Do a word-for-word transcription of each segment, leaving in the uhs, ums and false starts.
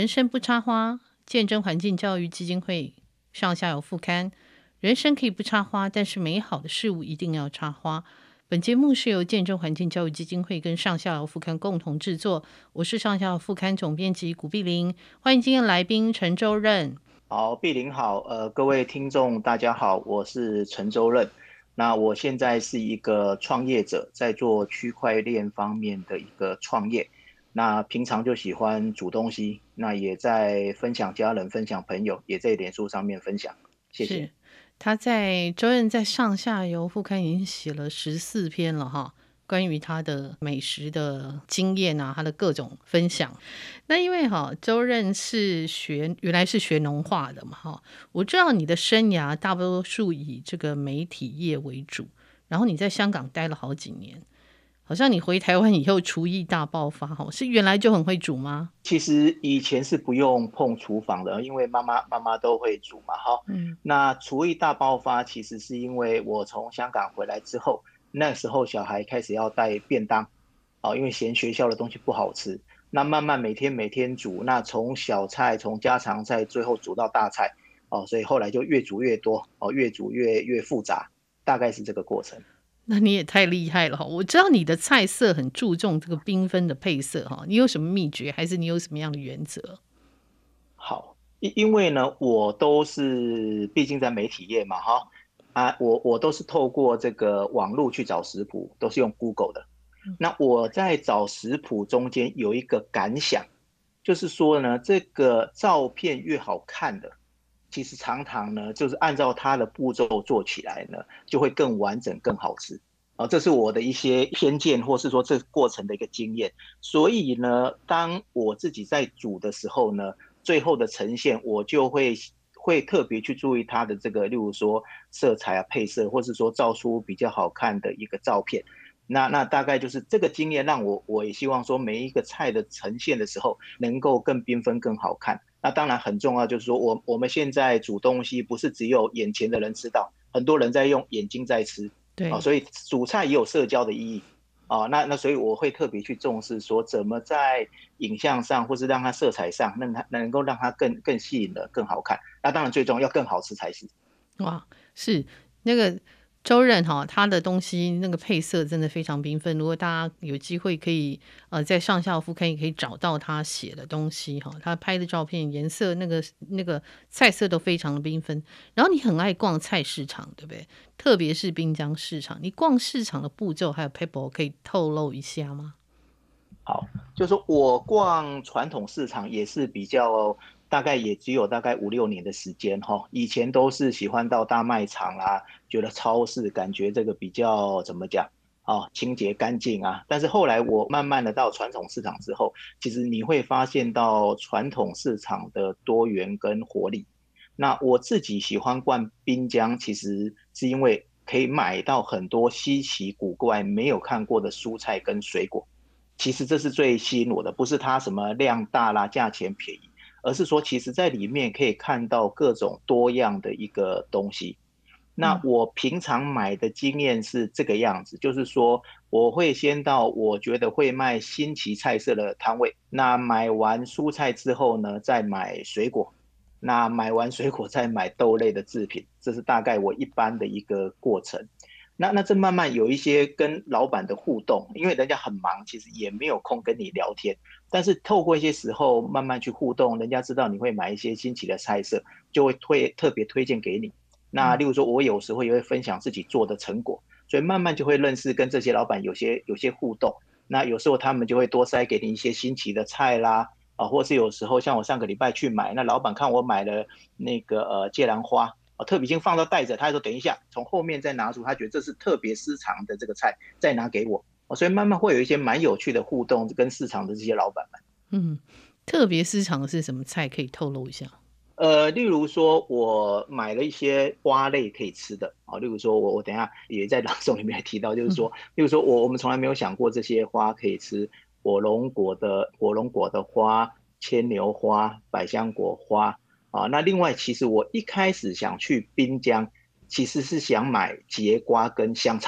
人生不插花，见证环境教育基金会上下游副刊。人生可以不插花，但是美好的事物一定要插花。本节目是由见证环境教育基金会跟上下游副刊共同制作，我是上下游副刊总编辑古碧玲，欢迎今天来宾陈周任。 好，碧玲好，呃，各位听众大家好，我是陈周任。那我现在是一个创业者，在做区块链方面的一个创业。那平常就喜欢煮东西，那也在分享家人、分享朋友，也在脸书上面分享。谢谢。 是他在周任在上下游副刊已经写了十四篇了哈，关于他的美食的经验啊，他的各种分享。那因为哈，周任是学原来是学农化的嘛哈，我知道你的生涯大多数以这个媒体业为主，然后你在香港待了好几年，好像你回台湾以后厨艺大爆发哈，是原来就很会煮吗？ 其实以前是不用碰厨房的，因为妈妈妈妈都会煮嘛，哈。 嗯， 那厨艺大爆发，其实是因为我从香港回来之后，那时候小孩开始要带便当，啊，因为嫌学校的东西不好吃。那慢慢每天每天煮，那从小菜从家常菜最后煮到大菜，哦，所以后来就越煮越多，哦，越煮越越复杂，大概是这个过程。 那你也太厉害了哈！我知道你的菜色很注重这个缤纷的配色哈，你有什么秘诀，还是你有什么样的原则？ 好，因因为呢，我都是毕竟在媒体业嘛，哈，啊，我我都是透过这个网络去找食谱，都是用 Google 的。那我在找食谱中间有一个感想，就是说呢，这个照片越好看的，其实常常呢，就是按照它的步骤做起来呢，就会更完整、更好吃。啊，这是我的一些偏见，或是说这过程的一个经验。所以呢，当我自己在煮的时候呢，最后的呈现，我就会会特别去注意它的这个，例如说色彩啊、配色，或是说照出比较好看的一个照片。那那大概就是这个经验，让我我也希望说每一个菜的呈现的时候，能够更缤纷、更好看。那当然很重要，就是说我我们现在煮东西，不是只有眼前的人吃到，很多人在用眼睛在吃啊， 对， 所以煮菜也有社交的意义。啊，那那所以我会特别去重视说，怎么在影像上，或是让它色彩上，让它能够让它更更吸引的更好看。那当然最重要要更好吃才是。 哇，是那个周任哈，他的东西那个配色真的非常缤纷。如果大家有机会可以呃在上下副刊也可以找到他写的东西哈，他拍的照片颜色那个那个菜色都非常的缤纷。然后你很爱逛菜市场，对不对？特别是滨江市场，你逛市场的步骤还有 paper 可以透露一下吗？ 好，就是说我逛传统市场也是比较，大概也只有大概五六年的时间哈。以前都是喜欢到大卖场啊，觉得超市感觉这个比较怎么讲啊，清洁干净啊。但是后来我慢慢的到传统市场之后，其实你会发现到传统市场的多元跟活力。那我自己喜欢逛滨江，其实是因为可以买到很多稀奇古怪没有看过的蔬菜跟水果。其实这是最吸引我的，不是它什么量大啦、价钱便宜，而是说其实在里面可以看到各种多样的一个东西。那嗯， 我平常买的经验是这个样子，就是说我会先到我觉得会卖新奇菜色的摊位，那买完蔬菜之后呢，再买水果，那买完水果再买豆类的制品，这是大概我一般的一个过程。那那这慢慢有一些跟老板的互动，因为人家很忙，其实也没有空跟你聊天。但是透过一些时候慢慢去互动，人家知道你会买一些新奇的菜色，就会推特别推荐给你。那例如说，我有时候也会分享自己做的成果，所以慢慢就会认识跟这些老板有些有些互动。那有时候他们就会多塞给你一些新奇的菜啦，啊，或是有时候像我上个礼拜去买，那老板看我买了那个呃芥兰花，哦，特别先放到袋子，他说等一下，从后面再拿出，他觉得这是特别私藏的这个菜，再拿给我。哦，所以慢慢会有一些蛮有趣的互动，跟市场的这些老板们。 嗯，特别私藏的是什么菜？可以透露一下？ 呃，例如说，我买了一些花类可以吃的啊，例如说我我等一下也在朗诵里面提到，就是嗯， 说，例如说我我们从来没有想过这些花可以吃，火龙果的火龙果的花、牵牛花、百香果花啊。那另外，其实我一开始想去滨江，其实是想买节瓜跟香草。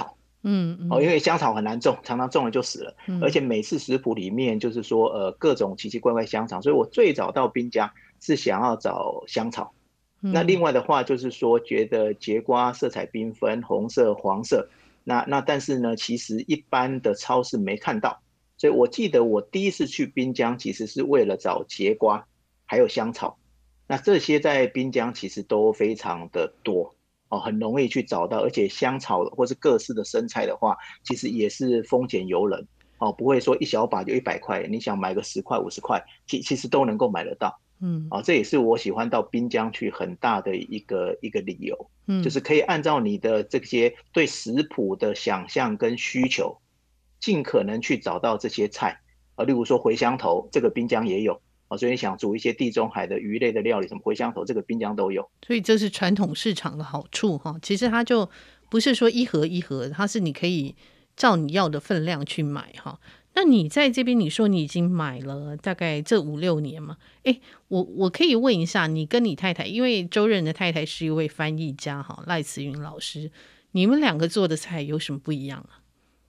嗯嗯， 哦，因为香草很难种，常常种了就死了， 嗯而且每次食谱里面就是说呃各种奇奇怪怪香草，所以我最早到滨江是想要找香草。那嗯另外的话就是说，觉得节瓜色彩缤纷，红色、黄色，那那但是呢，其实一般的超市没看到，所以我记得我第一次去滨江，其实是为了找节瓜，还有香草。那这些在滨江其实都非常的多哦，很容易去找到，而且香草或是各式的生菜的话，其实也是丰俭由人哦，不会说一小把就一百块，你想买个十块、五十块，其其实都能够买得到。 嗯啊，这也是我喜欢到滨江去很大的一个一个理由，就嗯， 是可以按照你的这些对食谱的想象跟需求，尽可能去找到这些菜啊，例如说茴香头，这个滨江也有啊，所以你想煮一些地中海的鱼类的料理，什么茴香头，这个滨江都有。 所以这是传统市场的好处哈。其实它就不是说一盒一盒，它是你可以照你要的分量去买哈。那你在这边，你说你已经买了大概这五六年嘛？诶，我我可以问一下，你跟你太太，因为周任的太太是一位翻译家哈，赖慈云老师，你们两个做的菜有什么不一样啊？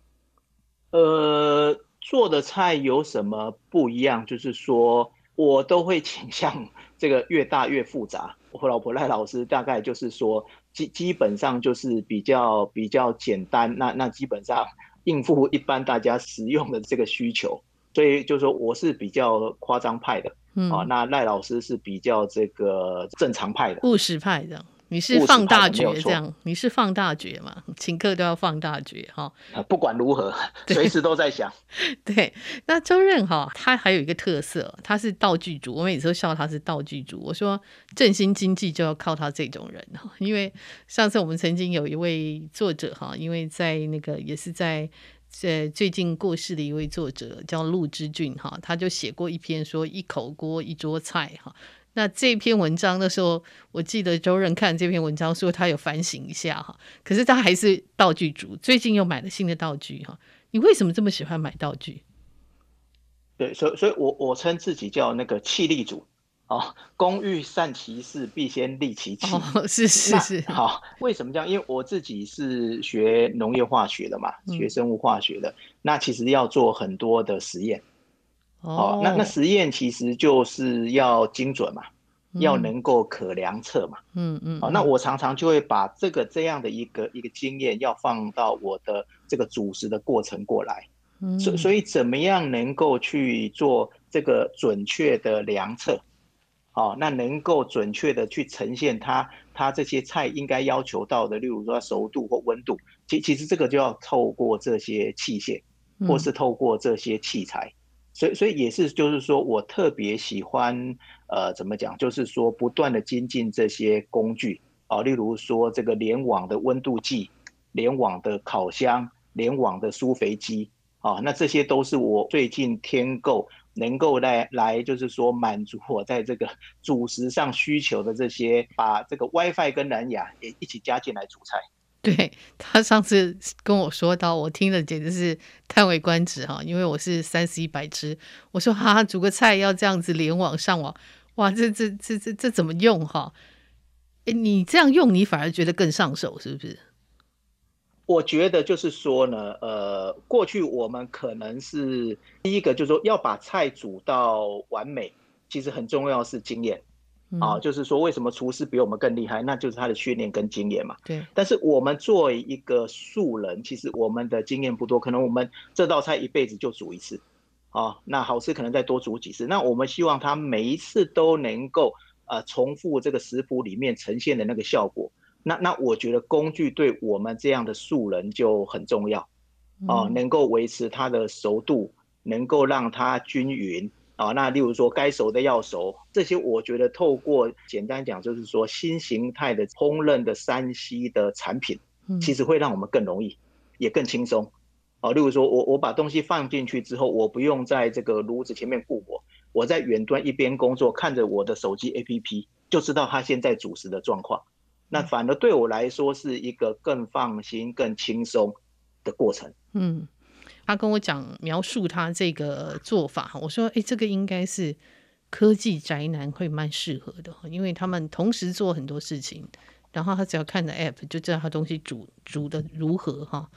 呃，做的菜有什么不一样？就是说我都会倾向这个越大越复杂。我老婆赖老师大概就是说，基基本上就是比较比较简单，那那基本上应付一般大家食用的这个需求。所以就是说我是比较夸张派的啊， 嗯， 那赖老师是比较这个正常派的、 务实派的，你是务实放大派的，没有错。 绝这样，你是放大绝嘛？请客都要放大绝哈。 啊，不管如何，随时都在想。 对，那周任哈，他还有一个特色，他是道具组。我每次都笑他是道具组。我说振兴经济就要靠他这种人哈，因为上次我们曾经有一位作者哈，因为在那个也是在在最近过世的一位作者叫陆之俊哈，他就写过一篇说一口锅一桌菜哈。那这篇文章的时候，我记得周任看这篇文章说他有反省一下哈，可是他还是道具组，最近又买了新的道具哈。你为什么这么喜欢买道具？ 对，所以所以我我称自己叫那个气力组啊，工欲善其事，必先利其器。 哦，是是那是， 好，为什么这样？因为我自己是学农业化学的嘛，学嗯， 生物化学的，那其实要做很多的实验。哦，那那哦， 实验其实就是要精准嘛，要嗯能够可量测嘛。 嗯嗯哦，那嗯我常常就会把这个这样的一个一个经验，要放到我的这个主食的过程过来。所嗯所以怎么样能够去做这个准确的量测？哦，那能够准确的去呈现它它这些菜应该要求到的，例如说熟度或温度，其其实这个就要透过这些器械，或嗯是透过这些器材，所以所以也是就是说我特别喜欢呃怎么讲，就是说不断的精进这些工具啊、哦，例如说这个联网的温度计、联网的烤箱、联网的疏肥机。啊，那这些都是我最近添购能够来来，就是说满足我在这个主食上需求的这些，把这个 WiFi 跟蓝牙也一起加进来煮菜。 对，他上次跟我说到，我听了简直是叹为观止哈，因为我是三 C 白痴，我说哈、煮个菜要这样子联网上网，哇，这这这这这怎么用哈？诶你这样用，你反而觉得更上手，是不是？ 我觉得就是说呢，呃，过去我们可能是第一个，就是说要把菜煮到完美，其实很重要是经验啊， 嗯， 就是说为什么厨师比我们更厉害，那就是他的训练跟经验嘛。 对， 但是我们作为一个素人，其实我们的经验不多，可能我们这道菜一辈子就煮一次啊，那好吃可能再多煮几次。那我们希望他每一次都能够呃重复这个食谱里面呈现的那个效果。那那我觉得工具对我们这样的素人就很重要啊， 嗯能够维持它的熟度，能够让它均匀啊。那例如说该熟的要熟，这些我觉得透过简单讲就是说新形态的烹饪的三 C 的产品， 嗯其实会让我们更容易，也更轻松。啊，例如说我我把东西放进去之后，我不用在这个炉子前面顾我，我在远端一边工作，看着我的手机 A P P 就知道它现在煮食的状况。那反而对我来说是一个更放心、更轻松的过程。 嗯，他跟我讲描述他这个做法，我说，哎，这个应该是科技宅男会蛮适合的，因为他们同时做很多事情，然后他只要看着 app 就知道他东西煮煮的如何哈。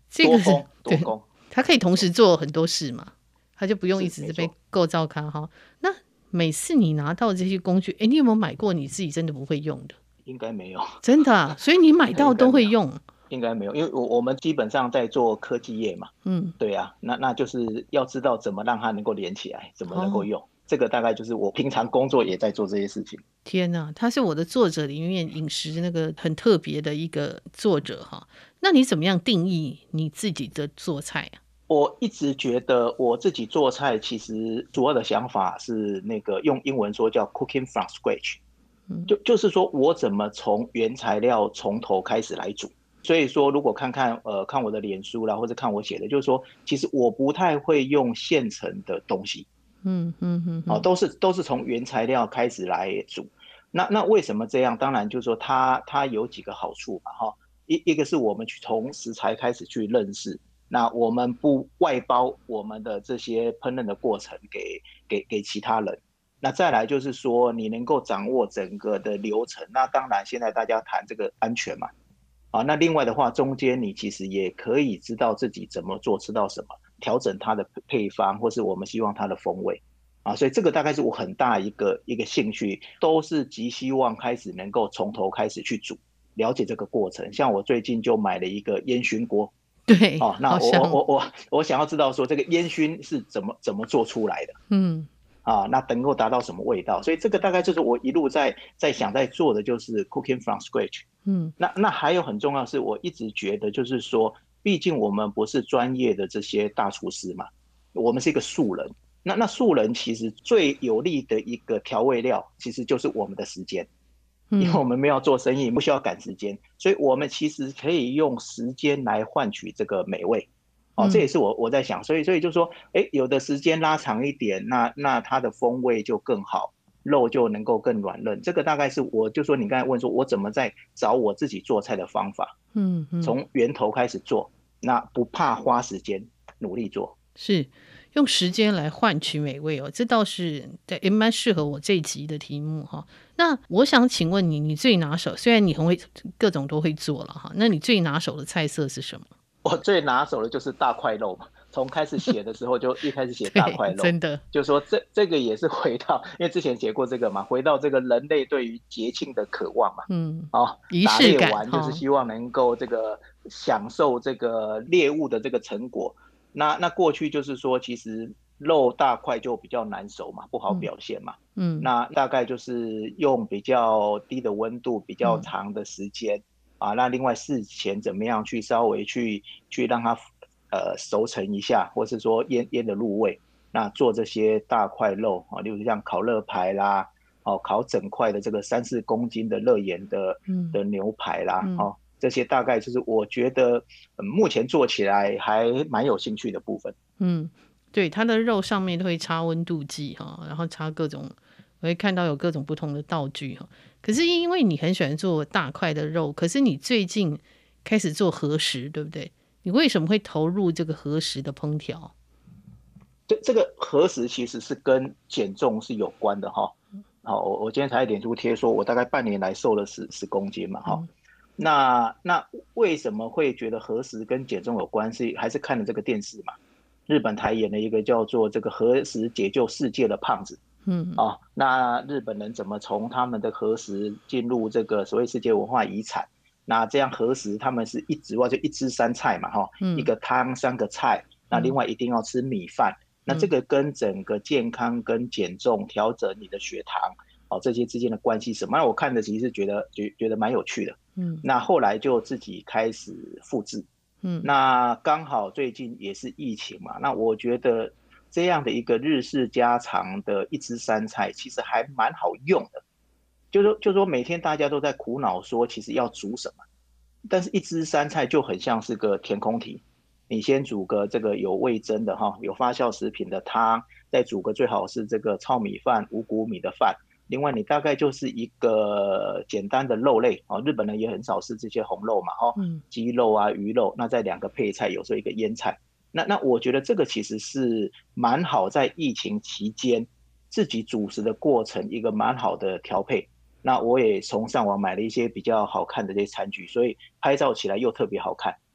这个是多工多工， 他可以同时做很多事嘛，他就不用一直被构造咖哈。那每次你拿到这些工具，哎，你有没有买过你自己真的不会用的？ 应该没有， 真的啊，所以你买到都会用。 应该没有，因为我我们基本上在做科技业嘛，嗯，对啊，那那就是要知道怎么让它能够连起来，怎么能够用，哦，这个大概就是我平常工作也在做这些事情。 天哪，他是我的作者里面饮食那个很特别的一个作者哈。那你怎么样定义你自己的做菜啊？ 我一直觉得我自己做菜，其实主要的想法是那个用英文说叫 cooking from scratch，嗯，就就是说我怎么从原材料从头开始来煮。所以说，如果看看呃看我的脸书啦，或者看我写的，就是说，其实我不太会用现成的东西，嗯嗯嗯，哦，都是都是从原材料开始来煮。那那为什么这样？当然就是说它它有几个好处嘛，哈，一一个是我们去从食材开始去认识，那我们不外包我们的这些烹饪的过程给给给其他人。那再来就是说，你能够掌握整个的流程。那当然，现在大家谈这个安全嘛。啊，那另外的话，中间你其实也可以知道自己怎么做，吃到什么，调整它的配方，或是我们希望它的风味啊，所以这个大概是我很大一个一个兴趣，都是极希望开始能够从头开始去煮，了解这个过程。像我最近就买了一个烟熏锅， 对， 哦，那我我我我我想要知道说这个烟熏是怎么怎么做出来的，嗯。啊，那能够达到什么味道？所以这个大概就是我一路在在想在做的，就是 cooking from scratch。嗯，那那还有很重要的是，我一直觉得就是说，毕竟我们不是专业的这些大厨师嘛，我们是一个素人。那那素人其实最有利的一个调味料，其实就是我们的时间，因为我们没有做生意，不需要赶时间，所以我们其实可以用时间来换取这个美味。哦，这也是我我在想，所以所以就说，哎，有的时间拉长一点，那那它的风味就更好，肉就能够更软嫩。这个大概是我就说你刚才问说，我怎么在找我自己做菜的方法，嗯，从源头开始做，那不怕花时间，努力做， 是用时间来换取美味哦，这倒是对，也蛮适合我这一集的题目哈。那我想请问你，你最拿手，虽然你很会各种都会做了哈，那你最拿手的菜色是什么？ 我最拿手的就是大块肉嘛，从开始写的时候就一开始写大块肉， 真的， 就说这这个也是回到，因为之前写过这个嘛，回到这个人类对于节庆的渴望嘛，嗯，哦，打猎完就是希望能够这个享受这个猎物的这个成果。那那过去就是说，其实肉大块就比较难熟嘛，不好表现嘛，嗯，那大概就是用比较低的温度，比较长的时间。啊，那另外事前怎么样去稍微去去让它呃熟成一下，或是说腌腌的入味，那做这些大块肉啊，例如像烤乐排啦，哦，烤整块的这个三四公斤的热盐的的牛排啦，嗯、哦，这些大概就是我觉得、呃、目前做起来还蛮有兴趣的部分。 嗯，对，它的肉上面都会插温度计哈，然后插各种。我会看到有各种不同的道具哈，可是因为你很喜欢做大块的肉，可是你最近开始做和食，对不对？你为什么会投入这个和食的烹调？ 这这个和食其实是跟减重是有关的哈。好，我我今天才脸书贴说，我大概半年来瘦了十十公斤嘛哈。嗯、那那为什么会觉得和食跟减重有关系？还是看了这个电视嘛？日本台演的一个叫做这个和食解救世界的胖子。嗯，哦，那日本人怎么从他们的和食进入这个所谓世界文化遗产？那这样和食他们是一直哇就一汁三菜嘛，哈、嗯，一个汤三个菜，那另外一定要吃米饭，嗯、那这个跟整个健康跟减重调整你的血糖，哦这些之间的关系什么？那我看的其实是觉得觉觉得蛮有趣的，嗯，那后来就自己开始复制，嗯，那刚好最近也是疫情嘛，那我觉得。这样的一个日式家常的一汁三菜，其实还蛮好用的。就说就说每天大家都在苦恼说，其实要煮什么，但是一汁三菜就很像是个填空题。你先煮个这个有味噌的哈，有发酵食品的汤，再煮个最好是这个糙米饭、五谷米的饭。另外，你大概就是一个简单的肉类啊，日本人也很少吃这些红肉嘛，哈，鸡肉啊、鱼肉，那再两个配菜，有时候一个腌菜。那那我觉得这个其实是蛮好，在疫情期间自己煮食的过程一个蛮好的调配。那我也从上网买了一些比较好看的这些餐具，所以拍照起来又特别好看。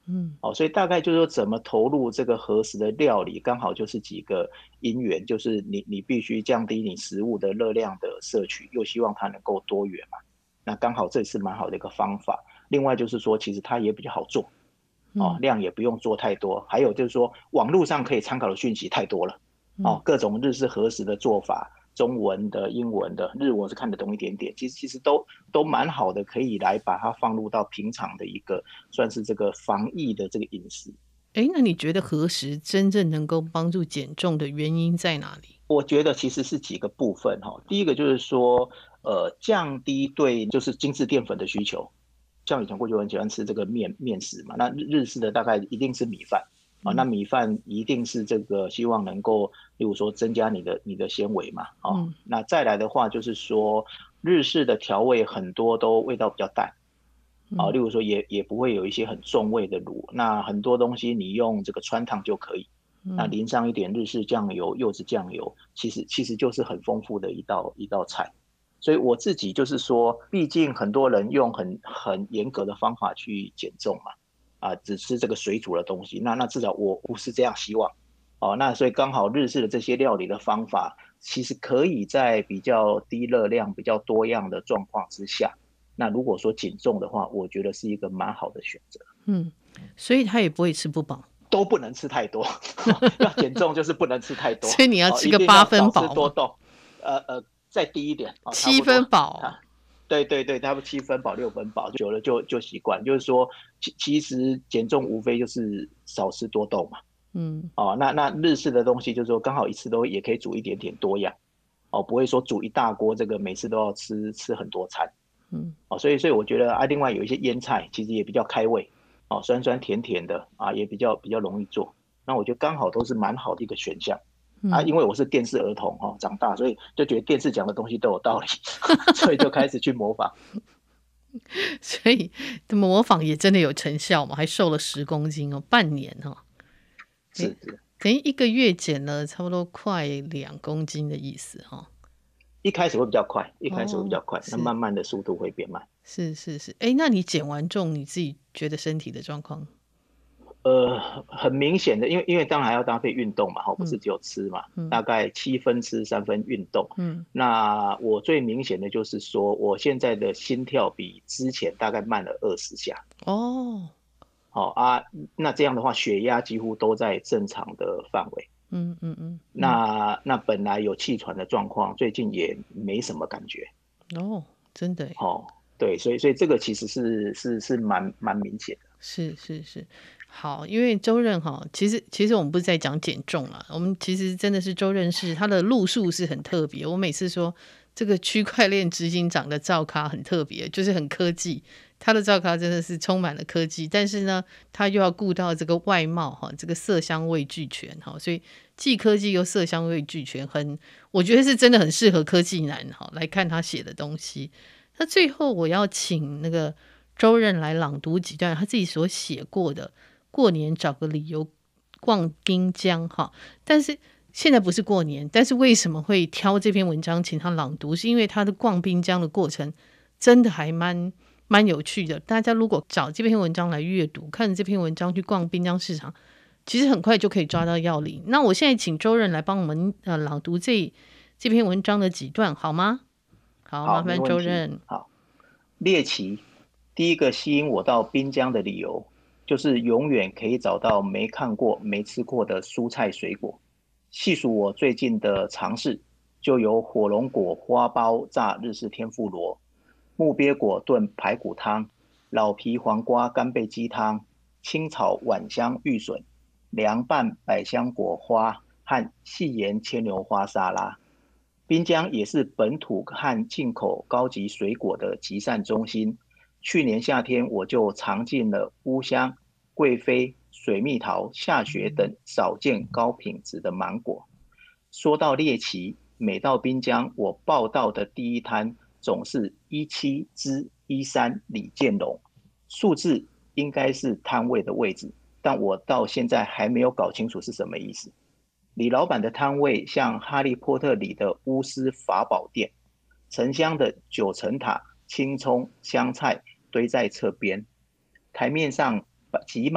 嗯哦，所以大概就是说怎么投入这个和食的料理，刚好就是几个因缘，就是你你必须降低你食物的热量的摄取，又希望它能够多元嘛，那刚好这是蛮好的一个方法。另外就是说，其实它也比较好做，哦， 嗯量也不用做太多。还有就是说，网络上可以参考的讯息太多了， 嗯哦，各种日式和食的做法，中文的、英文的，日文是看得懂一点点，其实其实都都蛮好的，可以来把它放入到平常的一个算是这个防疫的这个饮食。 诶，那你觉得何时真正能够帮助减重的原因在哪里？ 我觉得其实是几个部分哈，第一个就是说，呃，降低对就是精致淀粉的需求。像以前过去我很喜欢吃这个面面食嘛，那日日式的大概一定是米饭啊，那嗯米饭一定是这个希望能够，例如说增加你的你的纤维嘛，哦， 嗯那再来的话就是说，日式的调味很多都味道比较淡。啊， 嗯例如说也也不会有一些很重味的卤，那很多东西你用这个川烫就可以，那嗯淋上一点日式酱油、柚子酱油，其实其实就是很丰富的一道一道菜。所以我自己就是说，毕竟很多人用很很严格的方法去减重嘛，啊，只吃这个水煮的东西，那那至少我不是这样希望。哦，那所以刚好日式的这些料理的方法，其实可以在比较低热量、比较多样的状况之下，那如果说减重的话，我觉得是一个蛮好的选择。 嗯，所以他也不会吃不饱， 都不能吃太多，要减重就是不能吃太多， 所以你要哦， 吃个八一定要少吃分饱嘛， 多动，呃呃，再低一点，哦，差七不多， 分饱哦。 啊，对对对，他们七分饱、六分饱，久了就就习惯。就是说，其其实减重无非就是少吃多动嘛。 嗯哦，那那日式的东西就是说刚好一次都也可以煮一点点多样，哦，不会说煮一大锅，这个每次都要吃吃很多餐。 嗯哦，所以所以我觉得啊，另外有一些腌菜其实也比较开胃，哦，酸酸甜甜的啊，也比较比较容易做。那我觉得刚好都是蛮好的一个选项啊， 嗯， 因为我是电视儿童哦，长大，所以就觉得电视讲的东西都有道理，所以就开始去模仿。 所以模仿也真的有成效嘛，还瘦了十公斤哦，半年哦，诶， 是是， 等于一个月减了差不多快两公斤的意思哈、哦。 一开始会比较快，一开始会比哦， 较快，那是慢慢的速度会变慢。 是是是，哎，那你减完重，你自己觉得身体的状况？ 呃，很明显的，因为因为当然还要搭配运动嘛，哈，不嗯是只有吃嘛， 嗯大概七分吃三分运动。 嗯那我最明显的就是说，我现在的心跳比之前大概慢了二十下。 哦， 好啊，那这样的话，血压几乎都在正常的范围。 嗯嗯嗯嗯， 那那本来有气喘的状况，最近也没什么感觉。 哦，真的耶， 哦，对，所以所以这个其实是是是蛮蛮明显的。 是是是，好，因为周任哈，其实其实我们不是在讲减重啦，我们其实真的是周任是他的路数是很特别。我每次说这个区块链执行长的造咖很特别，就是很科技，他的造咖真的是充满了科技，但是呢，他又要顾到这个外貌哈，这个色香味俱全哈，所以既科技又色香味俱全，很我觉得是真的很适合科技男哈来看他写的东西。那最后我要请那个周任来朗读几段他自己所写过的过年找个理由逛滨江哈，但是现在不是过年，但是为什么会挑这篇文章请他朗读？是因为他的逛滨江的过程真的还蛮蛮有趣的。大家如果找这篇文章来阅读，看着这篇文章去逛滨江市场，其实很快就可以抓到要领。那我现在请周任来帮我们呃朗读这这篇文章的几段好吗？好，麻好，没烦问题。 周任。 好，猎奇，第一个吸引我到滨江的理由，就是永远可以找到没看过、没吃过的蔬菜水果。细数我最近的尝试，就有火龙果花苞炸日式天妇罗、木鳖果炖排骨汤、老皮黄瓜干贝鸡汤、清炒晚香玉笋、凉拌百香果花和细盐牵牛花沙拉。滨江也是本土和进口高级水果的集散中心。去年夏天我就尝尽了乌香、贵妃、水蜜桃、夏雪等少见高品质的芒果。说到猎奇，每到滨江，我报到的第一摊总是一七之一三李建龙，数字应该是摊位的位置，但我到现在还没有搞清楚是什么意思。李老板的摊位像哈利波特里的巫师法宝店，沉香的九层塔、青葱、香菜堆在侧边，台面上挤满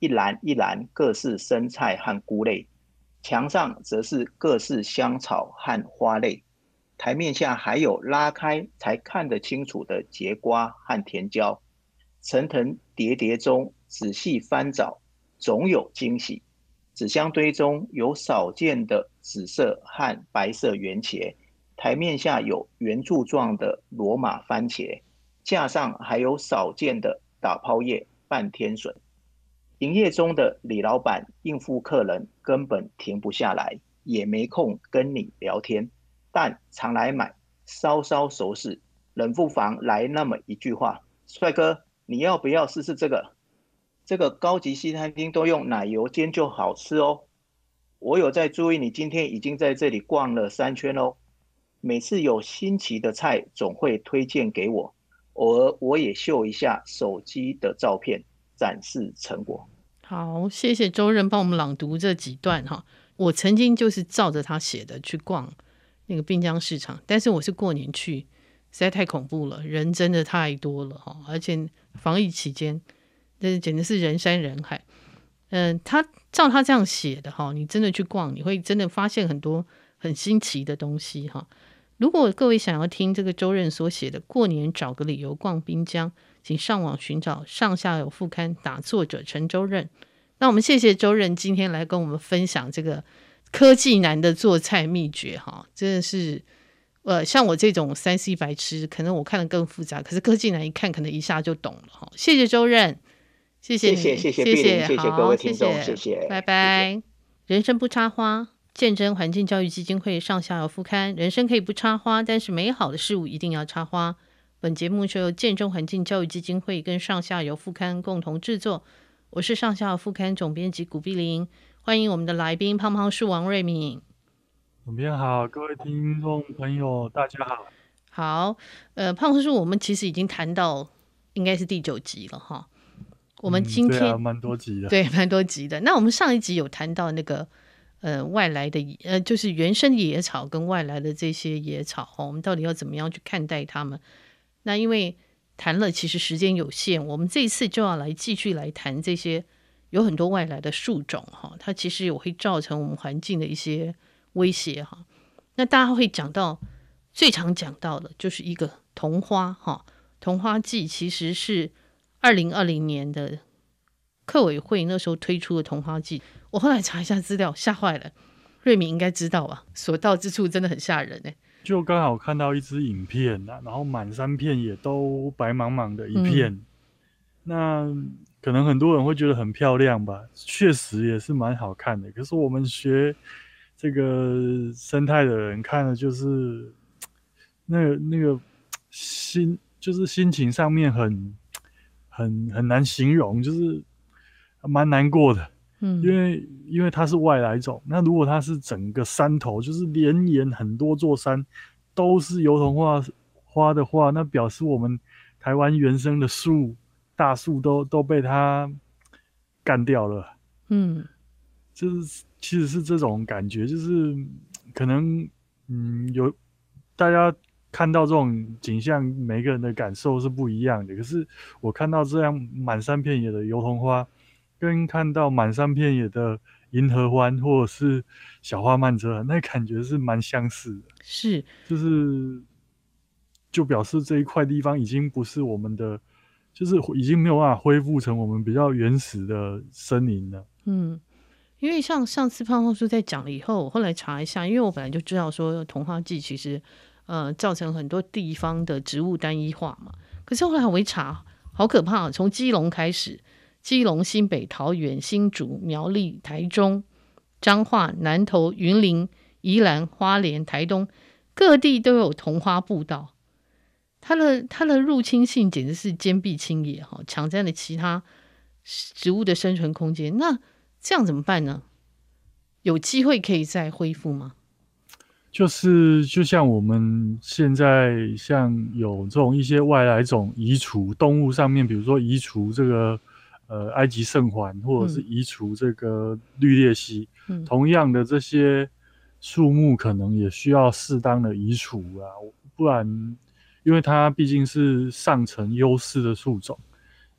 一栏一栏各式生菜和菇类，墙上则是各式香草和花类，台面下还有拉开才看得清楚的节瓜和甜椒，层层叠叠中仔细翻找，总有惊喜。纸箱堆中有少见的紫色和白色圆茄，台面下有圆柱状的罗马番茄，架上还有少见的打抛叶、半天笋。营业中的李老板应付客人根本停不下来，也没空跟你聊天，但常来买，稍稍熟识，冷不防来那么一句话：帅哥，你要不要试试这个？这个高级西餐厅都用奶油煎就好吃哦。我有在注意你今天已经在这里逛了三圈哦。每次有新奇的菜总会推荐给我，偶尔我也秀一下手机的照片，展示成果。 好，谢谢周任帮我们朗读这几段哈。我曾经就是照着他写的去逛那个滨江市场，但是我是过年去，实在太恐怖了，人真的太多了哈，而且防疫期间，这简直是人山人海。嗯、呃，他照他这样写的哈，你真的去逛，你会真的发现很多很新奇的东西哈。如果各位想要听这个周任所写的《过年找个理由逛滨江》，请上网寻找上下游副刊，打作者陈周任。那我们谢谢周任今天来跟我们分享这个科技男的做菜秘诀哈，真的是呃，像我这种三 C 白痴，可能我看得更复杂，可是科技男一看可能一下就懂了哈。谢谢周任，谢谢你， 谢谢谢谢谢谢， 谢谢各位听众， 谢谢谢， 拜拜。人生不插花，见证环境教育基金会上下游副刊。人生可以不插花，但是美好的事物一定要插花。本节目是由见证环境教育基金会跟上下游副刊共同制作。我是上下游副刊总编辑古碧玲，欢迎我们的来宾胖胖树王瑞敏。 总编好，各位听众朋友，大家好。 好，呃，胖树，我们其实已经谈到应该是第九集了哈。我们今天、 嗯、对啊，蛮多集的， 对，蛮多集的。那我们上一集有谈到那个呃外来的呃，就是原生野草跟外来的这些野草，我们到底要怎么样去看待它们？那因为谈了，其实时间有限，我们这一次就要来继续来谈这些有很多外来的树种哈，它其实也会造成我们环境的一些威胁哈。那大家会讲到最常讲到的就是一个桐花哈，桐花季其实是二零二零年的客委会那时候推出的桐花季，我后来查一下资料，吓坏了。瑞敏应该知道吧？所到之处真的很吓人哎。 就刚好看到一支影片啊，然后满山片也都白茫茫的一片，嗯、那可能很多人会觉得很漂亮吧，确实也是蛮好看的。可是我们学这个生态的人看了就是那个那个心，就是心情上面很很很难形容，就是蛮难过的。嗯，因为因为它是外来种，那如果它是整个山头，就是连延很多座山都是油桐花花的话，那表示我们台湾原生的树大树都都被它干掉了。嗯，就是其实是这种感觉，就是可能嗯有大家看到这种景象，每个人的感受是不一样的。可是我看到这样满山遍野的油桐花，跟看到满山遍野的银合欢或者是小花曼遮，那感觉是蛮相似的。 是， 就是就表示这一块地方已经不是我们的，就是已经没有办法恢复成我们比较原始的森林了。 嗯，因为像上次胖胖叔在讲了以后，我后来查一下，因为我本来就知道说桐花季其实呃造成很多地方的植物单一化嘛，可是后来我一查，好可怕，从基隆开始。基隆、新北、桃园、新竹、苗栗、台中、彰化、南投、云林、宜兰、花莲、台东各地都有桐花步道，它的它的入侵性简直是坚壁清野哈，抢占了其他植物的生存空间。那这样怎么办呢？有机会可以再恢复吗？ 就是就像我们现在像有这种一些外来种移除动物上面，比如说移除这个。呃，埃及圣环或者是移除这个绿鬣蜥、嗯，同样的这些树木可能也需要适当的移除啊，不然因为它毕竟是上层优势的树种，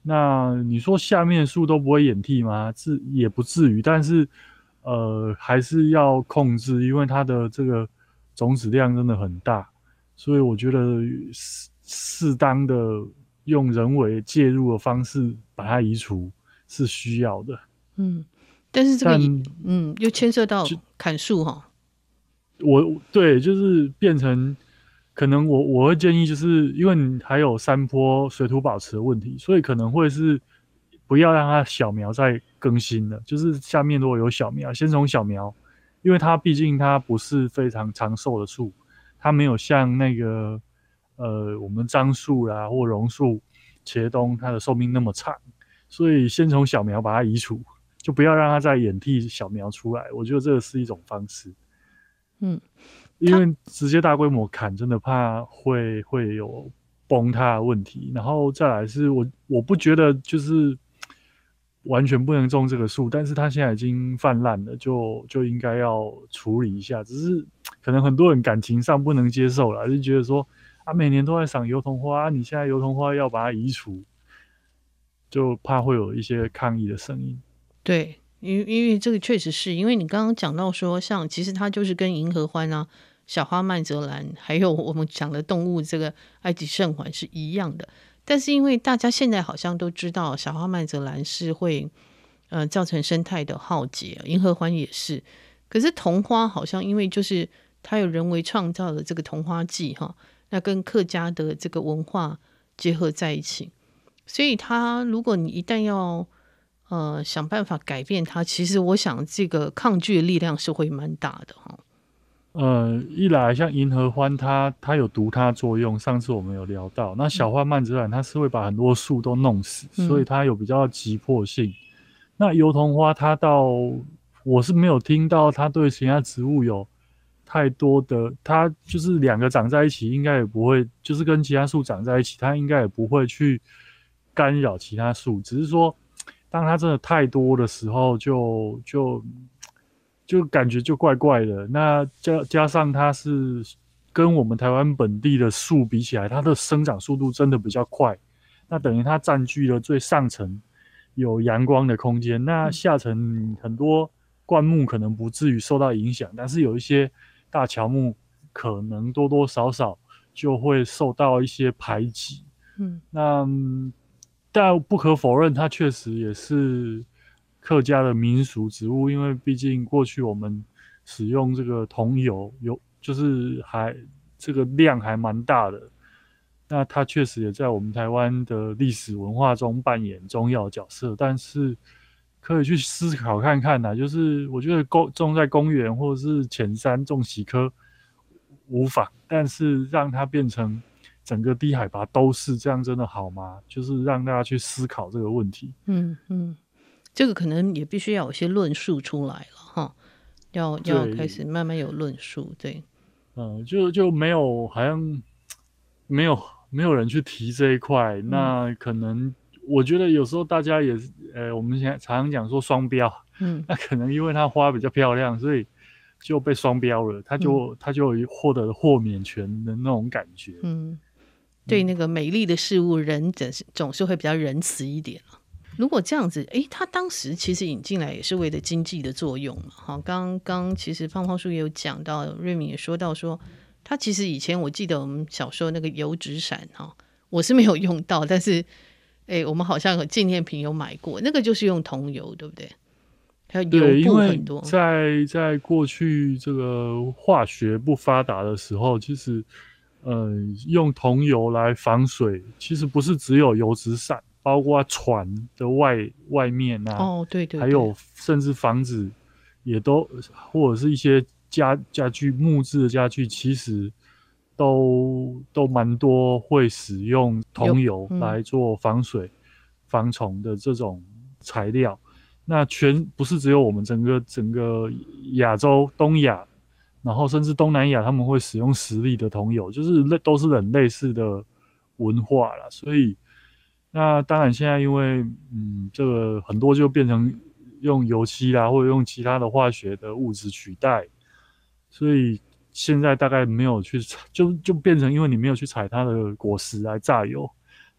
那你说下面树都不会掩替吗？是也不至于，但是呃还是要控制，因为它的这个种子量真的很大，所以我觉得适适当的用人为介入的方式把它移除是需要的。 嗯，但是这个但嗯又牵涉到砍树哈。 我对就是变成可能我我会建议，就是因为你还有山坡水土保持的问题，所以可能会是不要让它小苗再更新了，就是下面如果有小苗，先从小苗，因为它毕竟它不是非常长寿的树，它没有像那个呃我们樟树啦或榕树、茄冬它的寿命那么长，所以先从小苗把它移除，就不要让它再掩替小苗出来，我觉得这个是一种方式。 嗯， 因为直接大规模砍，真的怕会会有崩塌的问题。然后再来是我我不觉得就是完全不能种这个树，但是它现在已经泛滥了，就就应该要处理一下。只是可能很多人感情上不能接受啦，就觉得说啊，每年都在赏油桐花，你现在油桐花要把它移除，就怕会有一些抗议的声音。 对。因为因为这个确实是因为你刚刚讲到说，像其实它就是跟银合欢啊、小花曼泽兰，还有我们讲的动物这个埃及圣环是一样的。但是因为大家现在好像都知道，小花曼泽兰是会呃造成生态的浩劫，银合欢也是。可是桐花好像因为就是它有人为创造的这个桐花季哈，那跟客家的这个文化结合在一起，所以它如果你一旦要呃，想办法改变它，其实我想这个抗拒的力量是会蛮大的哈。 呃，一来像银合欢它，它有毒它作用，上次我们有聊到。那小花曼泽兰它是会把很多树都弄死， 嗯、 所以它有比较急迫性。那油桐花它到我是没有听到它对其他植物有太多的，它就是两个长在一起，应该也不会，就是跟其他树长在一起，它应该也不会去干扰其他树，只是说。当它真的太多的时候就，就就感觉就怪怪的。那加加上它是跟我们台湾本地的树比起来，它的生长速度真的比较快。那等于它占据了最上层有阳光的空间，那下层很多灌木可能不至于受到影响，但是有一些大乔木可能多多少少就会受到一些排挤。 嗯， 那。但不可否认，它确实也是客家的民俗植物，因为毕竟过去我们使用这个桐油，油就是还这个量还蛮大的。那它确实也在我们台湾的历史文化中扮演重要角色，但是可以去思考看看呐、啊，就是我觉得种在公园或者是浅山种喜科无妨，但是让它变成。整个低海拔都是这样，真的好吗？就是让大家去思考这个问题。 嗯嗯，这个可能也必须要有些论述出来了哈，要要开始慢慢有论述，对。 嗯，就就没有好像没有没有人去提这一块，嗯、那可能我觉得有时候大家也是，呃，我们现在常常讲说双标，嗯，那可能因为它花比较漂亮，所以。就被双标了，他就、嗯、他就获得了豁免权的那种感觉。 嗯，对那个美丽的事物，人总是总是会比较仁慈一点。如果这样子，哎，他当时其实引进来也是为了经济的作用嘛。好，刚刚其实胖胖叔也有讲到，瑞敏也说到说，他其实以前我记得我们小时候那个油纸伞哈，我是没有用到，但是哎，我们好像有纪念品有买过，那个就是用桐油，对不对？ 对，因为在在过去这个化学不发达的时候，其实呃用桐油来防水，其实不是只有油纸伞，包括船的外外面啊， 哦对 对, 对， 还有甚至房子也都或者是一些家家具木质的家具，其实都都蛮多会使用桐油来做防水、嗯、防虫的这种材料。那全不是只有我们整个整个亚洲、东亚，然后甚至东南亚，他们会使用实力的桐油，就是类都是很类似的文化啦。所以，那当然现在因为嗯，这个很多就变成用油漆啦，或者用其他的化学的物质取代，所以现在大概没有去采，就就变成因为你没有去采它的果实来榨油，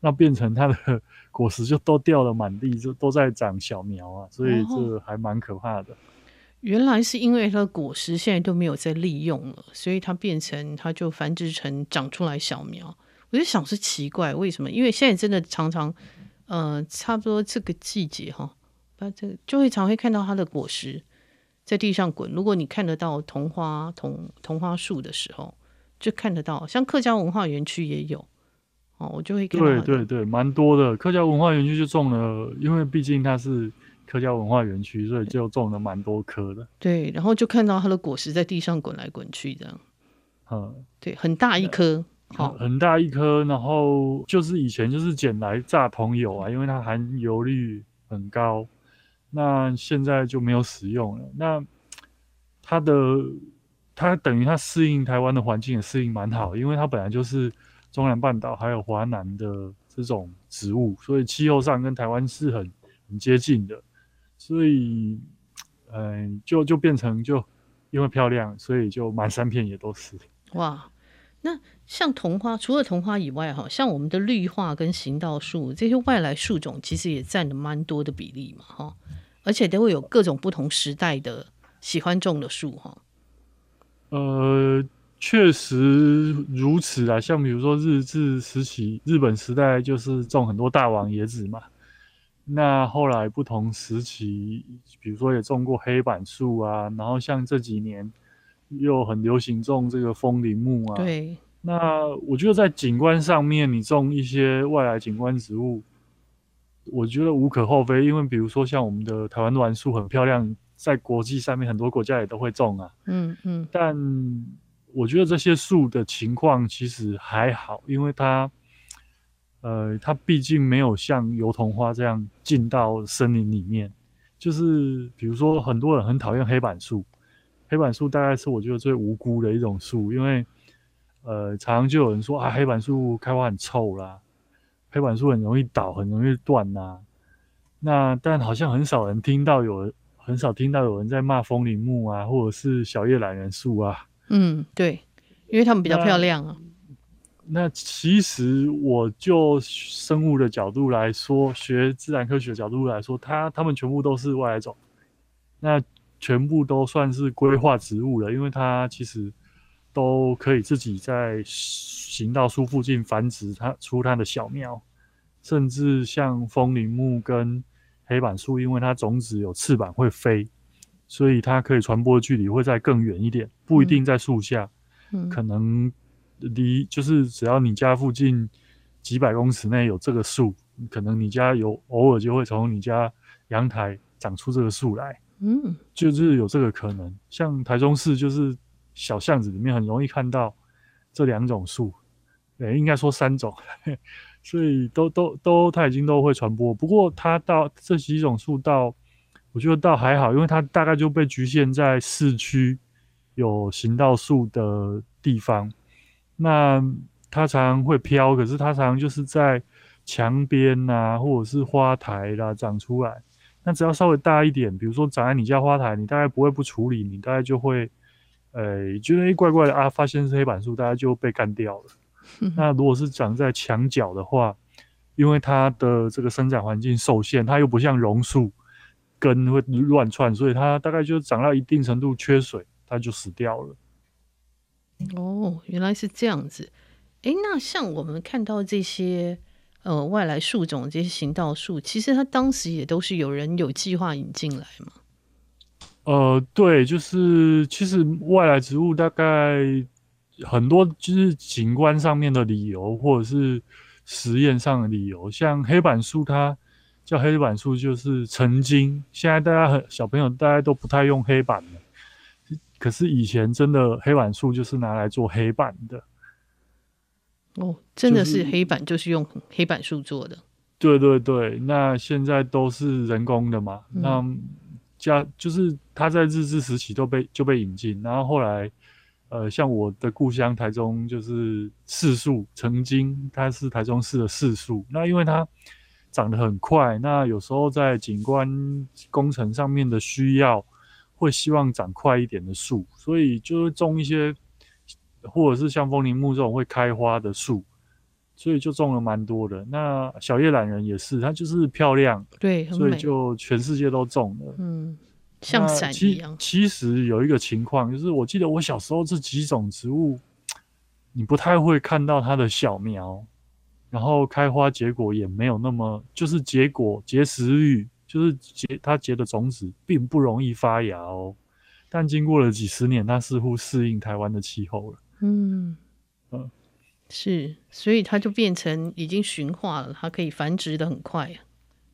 那变成它的果实就都掉了满地，就都在长小苗啊，所以这还蛮可怕的。 原来是因为它的果实现在都没有在利用了，所以它变成它就繁殖成长出来小苗。我就想是奇怪为什么，因为现在真的常常呃差不多这个季节哈，这就会常会看到它的果实在地上滚。如果你看得到桐花桐桐花树的时候，就看得到，像客家文化园区也有哦，我就会看到。 对对对，蛮多的。客家文化园区就种了，因为毕竟它是客家文化园区，所以就种了蛮多棵的。 对，然后就看到它的果实在地上滚来滚去这样。 嗯， 对，很大一颗， 好、哦，很大一颗，然后就是以前就是捡来榨桐油啊，因为它含油率很高。那现在就没有使用了。那它的它等于它适应台湾的环境也适应蛮好，因为它本来就是中南半岛还有华南的这种植物，所以气候上跟台湾是很很接近的，所以嗯、呃，就就变成就因为漂亮，所以就满山遍野都是。 哇，那像桐花，除了桐花以外，哈，像我们的绿化跟行道树这些外来树种，其实也占了蛮多的比例嘛，哈，而且都会有各种不同时代的喜欢种的树，哈。 呃，确实如此啊。像比如说日治时期，日本时代就是种很多大王椰子嘛。那后来不同时期，比如说也种过黑板树啊，然后像这几年又很流行种这个枫林木啊。 对。 那我觉得在景观上面，你种一些外来景观植物，我觉得无可厚非。因为比如说像我们的台湾栾树很漂亮，在国际上面很多国家也都会种啊。 嗯嗯。 但我觉得这些树的情况其实还好，因为它，呃，它毕竟没有像油桐花这样进到森林里面。就是比如说很多人很讨厌黑板树，黑板树大概是我觉得最无辜的一种树，因为呃，常常就有人说啊，黑板树开花很臭啦，黑板树很容易倒，很容易断呐。那但好像很少人听到有，很少听到有人在骂枫林木啊，或者是小叶懒人树啊。 嗯，对，因为它们比较漂亮啊。 那, 那其实我就生物的角度来说，学自然科学的角度来说，它它们全部都是外来种，那全部都算是规划植物了，因为它其实都可以自己在行道树附近繁殖它出它的小苗，甚至像枫林木跟黑板树，因为它种子有翅膀会飞，所以它可以传播距离会再更远一点，不一定在树下，嗯、可能离就是只要你家附近几百公尺内有这个树，可能你家有偶尔就会从你家阳台长出这个树来，嗯，就是有这个可能。像台中市就是小巷子里面很容易看到这两种树，对，应该说三种，所以都都都它已经都会传播。不过它到这几种树到，我觉得倒还好，因为它大概就被局限在市区有行道树的地方。那它常常会飘，可是它常常就是在墙边啊，或者是花台啦长出来。那只要稍微大一点，比如说长在你家花台，你大概不会不处理，你大概就会，呃，觉得怪怪的啊，发现是黑板树，大概就被干掉了。那如果是长在墙角的话，因为它的这个生长环境受限，它又不像榕树根会乱窜，所以它大概就长到一定程度缺水，它就死掉了。 哦，原来是这样子。诶，那像我们看到这些呃外来树种，这些行道树，其实它当时也都是有人有计划引进来嘛？ 呃，对，就是其实外来植物大概很多就是景观上面的理由，或者是实验上的理由。像黑板树，它叫黑板树，就是曾经现在大家很小朋友大家都不太用黑板了。可是以前真的黑板树就是拿来做黑板的哦，真的是黑板就是用黑板树做的。 对对对，那现在都是人工的嘛，嗯、那加就是它在日治时期都被就被引进，然后后来呃，像我的故乡台中就是市树，曾经它是台中市的市树，那因为它长得很快，那有时候在景观工程上面的需要。会希望长快一点的树，所以就会种一些，或者是像枫林木这种会开花的树， 所以就种了蛮多的。那小叶懒人也是，它就是漂亮， 对，很美， 所以就全世界都种了。 嗯，像伞一样。 其实有一个情况，就是我记得我小时候这几种植物，你不太会看到它的小苗，然后开花结果也没有那么，就是结果结实率，就是结它结的种子并不容易发芽哦。但经过了几十年，它似乎适应台湾的气候了。 嗯嗯， 是，所以它就变成已经驯化了，它可以繁殖的很快啊。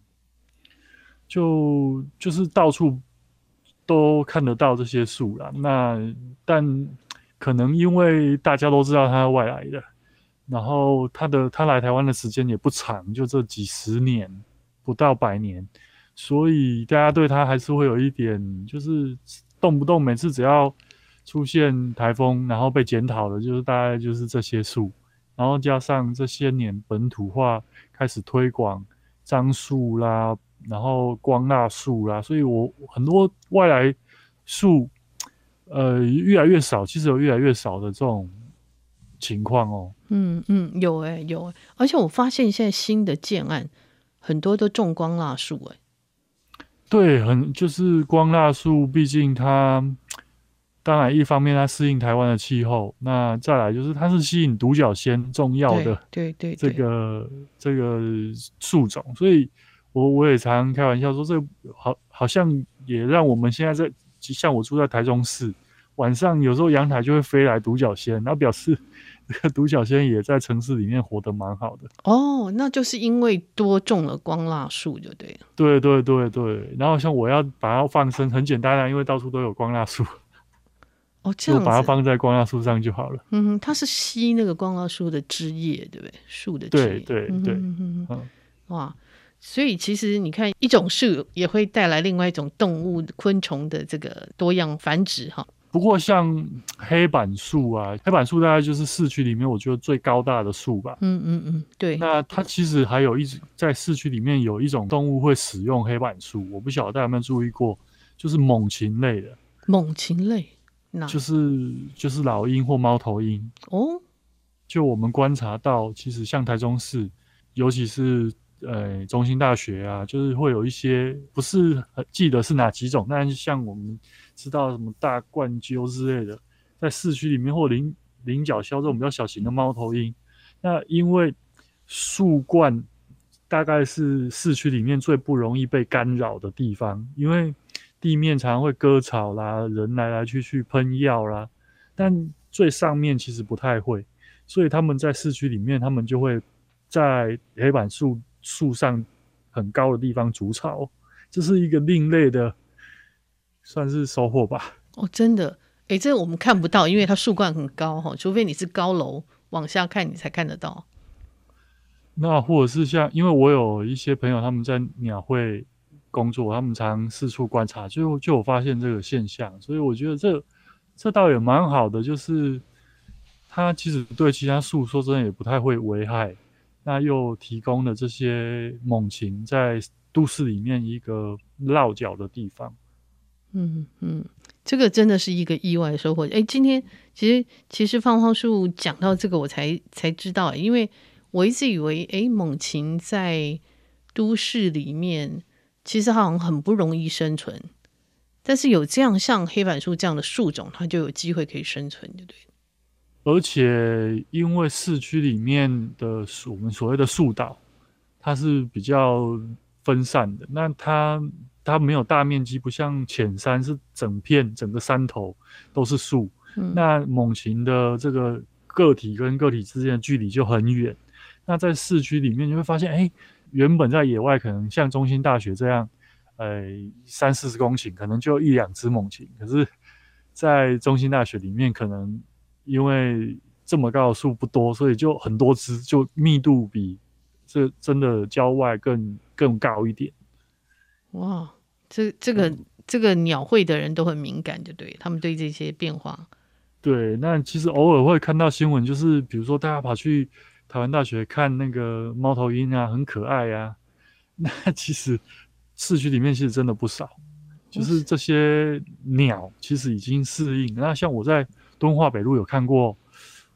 就就是到处都看得到这些树啦。那但可能因为大家都知道它是外来的，然后它的它来台湾的时间也不长，就这几十年，不到百年，所以大家对它还是会有一点，就是动不动每次只要出现台风，然后被检讨的，就是大概就是这些树，然后加上这些年本土化开始推广樟树啦，然后光蜡树啦，所以我很多外来树，呃，越来越少，其实有越来越少的这种情况哦。 嗯嗯，有哎、欸、有哎、欸，而且我发现现在新的建案很多都种光蜡树哎。 对，很就是光蜡树，毕竟它当然一方面它适应台湾的气候，那再来就是它是吸引独角仙重要的对对对这个这个树种，所以我我也常开玩笑说，这好好像也让我们现在在像我住在台中市，晚上有时候阳台就会飞来独角仙，那表示这个独角仙也在城市里面活得蛮好的。 哦，那就是因为多种了光蜡树就对了。 对对对对，然后像我要把它放生，很简单啊，因为到处都有光蜡树。 哦，这样子， 就把它放在光蜡树上就好了。 嗯，它是吸那个光蜡树的枝叶，对不对？树的枝叶， 对对对， 嗯嗯嗯， 哇，所以其实你看，一种树也会带来另外一种动物、昆虫的这个多样繁殖哈。 不过像黑板树啊，黑板树大概就是市区里面我觉得最高大的树吧。 嗯嗯嗯，对。 那它其实还有一在市区里面有一种动物会使用黑板树，我不晓得大家有没有注意过，就是猛禽类的。 猛禽类。 就是就是老鹰或猫头鹰哦， 就我们观察到，其实像台中市，尤其是呃中兴大学啊，就是会有一些不是很记得是哪几种，但是像我们知道什么大冠鸠之类的，在市区里面或菱菱角鸮这种比较小型的猫头鹰，那因为树冠大概是市区里面最不容易被干扰的地方，因为地面常常会割草啦，人来来去去喷药啦，但最上面其实不太会，所以他们在市区里面，他们就会在黑板树树上很高的地方筑巢，这是一个另类的，算是收获吧。 哦，真的，哎，这我们看不到，因为它树冠很高哈，除非你是高楼往下看，你才看得到。 那或者是像，因为我有一些朋友他们在鸟会工作，他们常四处观察，就就有发现这个现象，所以我觉得这这倒也蛮好的，就是它其实对其他树说真的也不太会危害，那又提供了这些猛禽在都市里面一个落脚的地方。 嗯嗯，这个真的是一个意外收获。哎，今天其实其实芳芳树讲到这个，我才才知道，因为我一直以为，哎，猛禽在都市里面。其实它好像很不容易生存，但是有这样像黑板树这样的树种，它就有机会可以生存，对不对？ 而且因为市区里面的我们所谓的树岛，它是比较分散的，那它它没有大面积，不像浅山是整片整个山头都是树，嗯、那猛禽的这个个体跟个体之间的距离就很远。那在市区里面，你会发现，哎。原本在野外可能像中兴大学这样，呃，三四十公顷可能就一两只猛禽，可是，在中兴大学里面，可能因为这么高的树不多，所以就很多只，就密度比这真的郊外更更高一点。 哇，这这个、嗯、这个鸟会的人都很敏感，就对他们对这些变化。 对，那其实偶尔会看到新闻，就是比如说大家跑去。台湾大学看那个猫头鹰啊，很可爱啊。那其实市区里面其实真的不少，就是这些鸟其实已经适应。那像我在敦化北路有看过，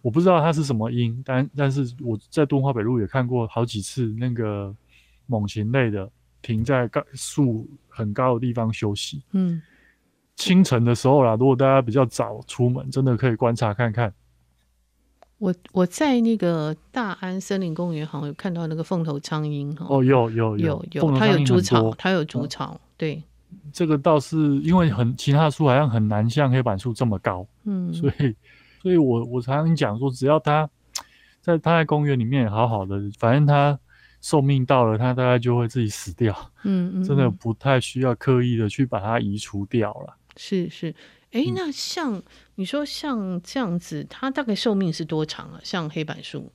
我不知道它是什么鹰，但但是我在敦化北路也看过好几次那个猛禽类的停在树很高的地方休息。 嗯， 清晨的时候啦，如果大家比较早出门，真的可以观察看看。 我我在那个大安森林公园好像有看到那个凤头苍鹰哦，有有有有， 它有筑巢， 它它有筑巢，对。 这个倒是因为很其他的树好像很难像黑板树这么高，嗯，所以所以我我常常讲说，只要它在它在公园里面好好的，反正它寿命到了，它大概就会自己死掉，嗯嗯，真的不太需要刻意的去把它移除掉了。 是是，哎，那像、嗯、你说像这样子，它大概寿命是多长啊？像黑板树？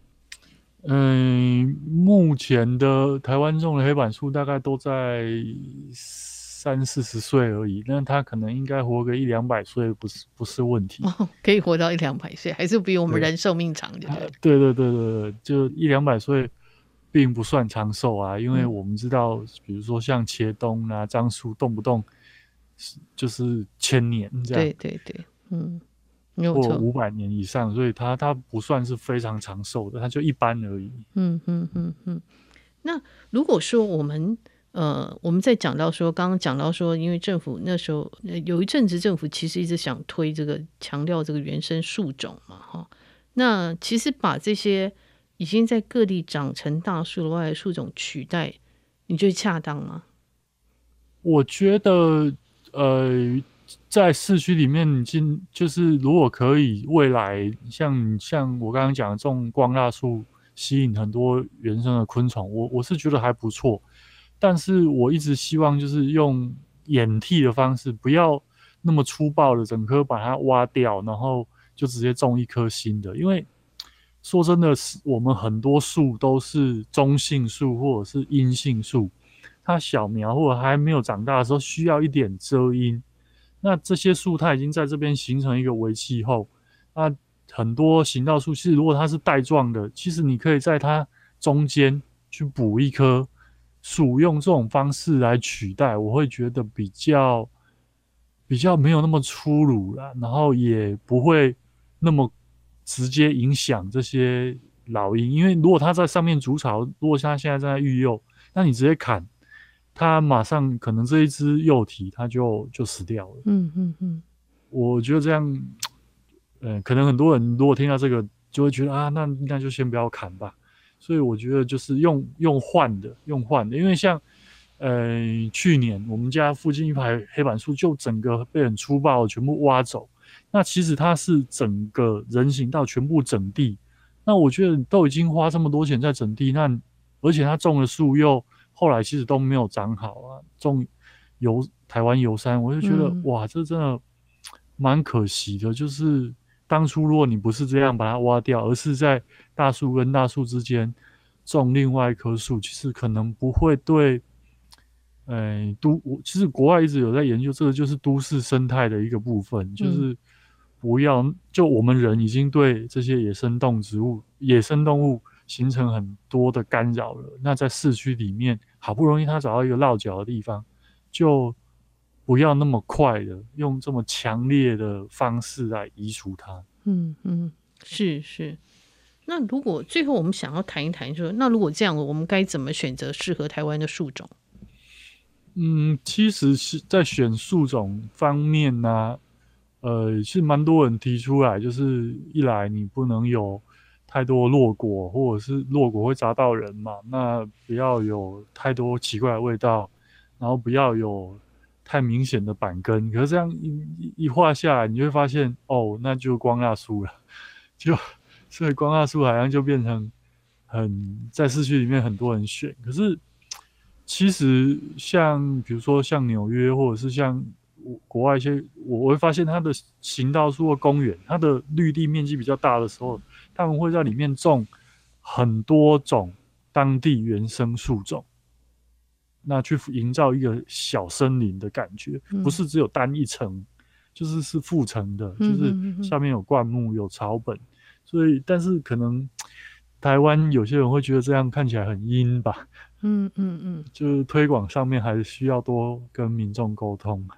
嗯，目前的台湾种的黑板树大概都在三四十岁而已，那它可能应该活个一两百岁，不是不是问题、 哦。可以活到一两百岁，还是比我们人寿命长，对不对？ 对对对对对，就一两百岁并不算长寿啊，因为我们知道，嗯、比如说像茄冬啊、樟树，动不动就是千年这样。 对对对，嗯， 或五百年以上，所以它它不算是非常长寿的，它就一般而已。 嗯嗯嗯嗯。那如果说我们呃，我们在讲到说，刚刚讲到说，因为政府那时候有一阵子，政府其实一直想推这个强调这个原生树种嘛，哈。那其实把这些已经在各地长成大树的外来树种取代，你觉得恰当吗？ 我觉得，呃，在市区里面，进就是如果可以，未来像像我刚刚讲的种光蜡树，吸引很多原生的昆虫，我我是觉得还不错。但是我一直希望就是用掩替的方式，不要那么粗暴的整棵把它挖掉，然后就直接种一棵新的。因为说真的，我们很多树都是中性树或者是阴性树，它小苗或者还没有长大的时候需要一点遮阴。那这些树它已经在这边形成一个微气候，那很多行道树其实如果它是带状的，其实你可以在它中间去补一棵树，用这种方式来取代，我会觉得比较比较没有那么粗鲁啦，然后也不会那么直接影响这些老鹰，因为如果它在上面筑巢，如果它现在正在育幼，那你直接砍，它马上可能这一只幼体它就就死掉了。 嗯嗯嗯， 我觉得这样，呃，可能很多人如果听到这个，就会觉得啊，那那就先不要砍吧。所以我觉得就是用用换的，用换的，因为像呃去年我们家附近一排黑板树就整个被很粗暴的全部挖走，那其实它是整个人行道全部整地，那我觉得都已经花这么多钱在整地，那而且它种的树又后来其实都没有长好啊，种油台湾油杉，我就觉得、嗯、哇，这真的蛮可惜的，就是当初如果你不是这样把它挖掉，而是在大树跟大树之间种另外一棵树，其实可能不会对，呃，都其实国外一直有在研究这个，就是都市生态的一个部分，就是不要就我们人已经对这些野生动植物、野生动物形成很多的干扰了，那在市区里面好不容易它找到一个落脚的地方，就不要那么快的用这么强烈的方式来移除它。 嗯嗯，是是。那如果最后我们想要谈一谈说，那如果这样，我们该怎么选择适合台湾的树种？ 嗯，其实是在选树种方面呢、啊，呃，是蛮多人提出来，就是一来你不能有太多落果，或者是落果会砸到人嘛，那不要有太多奇怪的味道，然后不要有太明显的板根。可是这样一一画下来，你就会发现，哦，那就光蜡树了，就。所以光蜡树好像就变成很在市区里面很多人选，可是其实像比如说像纽约或者是像国外一些，我会发现它的行道树或公园，它的绿地面积比较大的时候，他们会在里面种很多种当地原生树种，那去营造一个小森林的感觉，不是只有单一层，就是是复层的，就是下面有灌木有草本。所以，但是可能台湾有些人会觉得这样看起来很阴吧， 嗯嗯嗯， 就是推广上面还是需要多跟民众沟通。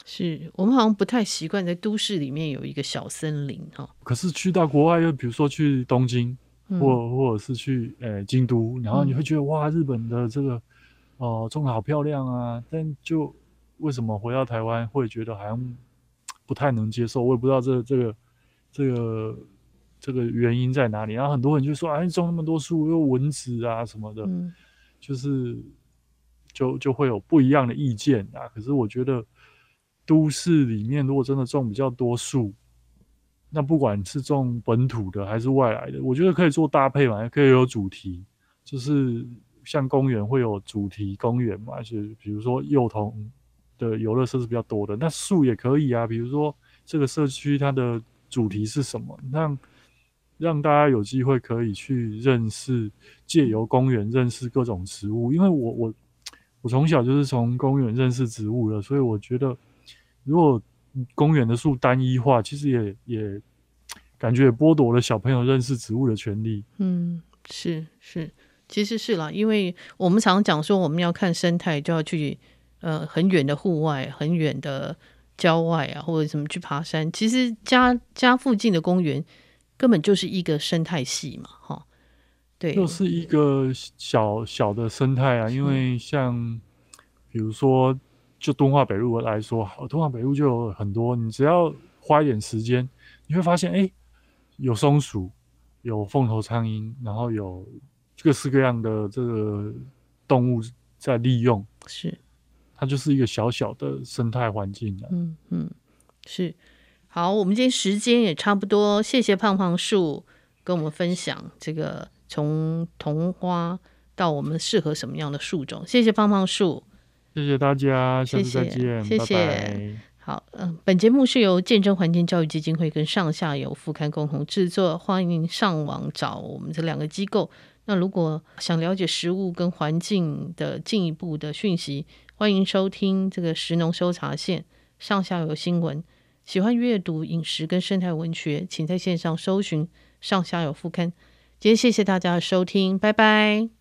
是我们好像不太习惯在都市里面有一个小森林哈。 可是去到国外，又比如说去东京， 嗯或或者是去呃京都，然后你嗯会觉得哇，日本的这个哦、呃种的好漂亮啊，但就为什么回到台湾会觉得好像不太能接受？我也不知道这这个这个这个原因在哪里。然后很多人就说，哎，种那么多树，又蚊子啊什么的， 嗯就是就就会有不一样的意见啊。可是我觉得都市里面如果真的种比较多树，那不管是种本土的还是外来的，我觉得可以做搭配嘛，可以有主题，就是像公园会有主题公园嘛，就是比如说幼童的游乐设施比较多的，那树也可以啊。比如说这个社区它的主题是什么，让让大家有机会可以去认识，借由公园认识各种植物。因为我我我从小就是从公园认识植物的，所以我觉得如果公园的树单一化，其实也也感觉也剥夺了小朋友认识植物的权利。 嗯，是是，其实是啦，因为我们常讲说我们要看生态，就要去呃很远的户外、很远的郊外啊，或者什么去爬山。其实家家附近的公园根本就是一个生态系嘛，哈。对， 就是一个小小的生态啊。因为像比如说就敦化北路来说好，敦化北路就有很多，你只要花一点时间，你会发现哎，有松鼠，有凤头苍蝇，然后有各式各样的这个动物在利用， 是， 它就是一个小小的生态环境啊。 嗯嗯，是。好，我们今天时间也差不多，谢谢胖胖树跟我们分享这个从桐花到我们适合什么样的树种，谢谢胖胖树。 谢谢大家，下次再谢谢见， 谢谢拜拜。 好，嗯、呃，本节目是由见证环境教育基金会跟上下游副刊共同制作，欢迎上网找我们这两个机构。那如果想了解食物跟环境的进一步的讯息，欢迎收听这个食农搜查线上下游新闻。喜欢阅读饮食跟生态文学，请在线上搜寻上下游副刊。今天谢谢大家的收听，拜拜。